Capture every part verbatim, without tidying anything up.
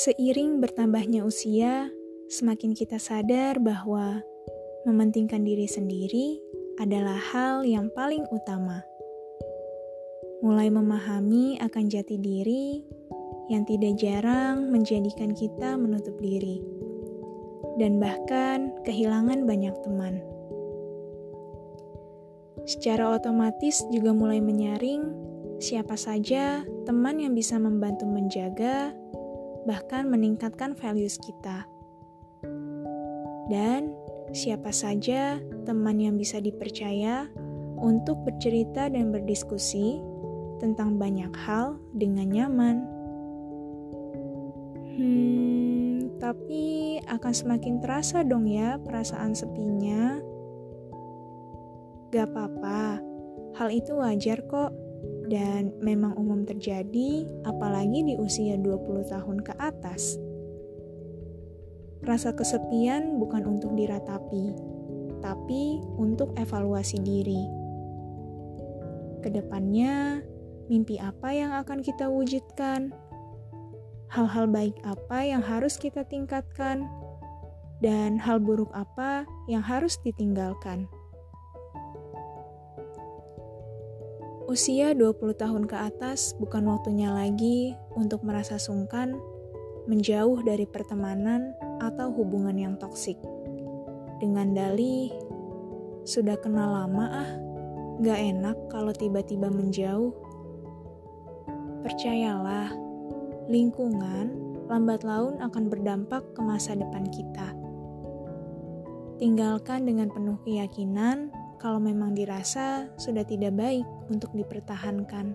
Seiring bertambahnya usia, semakin kita sadar bahwa mementingkan diri sendiri adalah hal yang paling utama. Mulai memahami akan jati diri yang tidak jarang menjadikan kita menutup diri, dan bahkan kehilangan banyak teman. Secara otomatis juga mulai menyaring siapa saja teman yang bisa membantu menjaga, bahkan meningkatkan values kita. Dan siapa saja teman yang bisa dipercaya untuk bercerita dan berdiskusi tentang banyak hal dengan nyaman. Hmm, tapi akan semakin terasa dong ya perasaan sepinya. Gak apa-apa, hal itu wajar kok. Dan memang umum terjadi, apalagi di usia dua puluh tahun ke atas. Rasa kesepian bukan untuk diratapi, tapi untuk evaluasi diri. Kedepannya, mimpi apa yang akan kita wujudkan? Hal-hal baik apa yang harus kita tingkatkan? Dan hal buruk apa yang harus ditinggalkan? Usia dua puluh tahun ke atas bukan waktunya lagi untuk merasa sungkan, menjauh dari pertemanan atau hubungan yang toksik. Dengan dalih, sudah kenal lama ah, gak enak kalau tiba-tiba menjauh. Percayalah, lingkungan lambat laun akan berdampak ke masa depan kita. Tinggalkan dengan penuh keyakinan kalau memang dirasa sudah tidak baik untuk dipertahankan.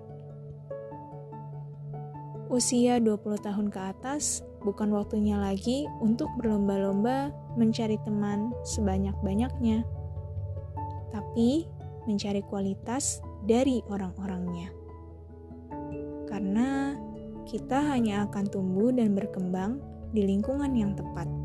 Usia dua puluh tahun ke atas bukan waktunya lagi untuk berlomba-lomba mencari teman sebanyak-banyaknya, tapi mencari kualitas dari orang-orangnya. Karena kita hanya akan tumbuh dan berkembang di lingkungan yang tepat.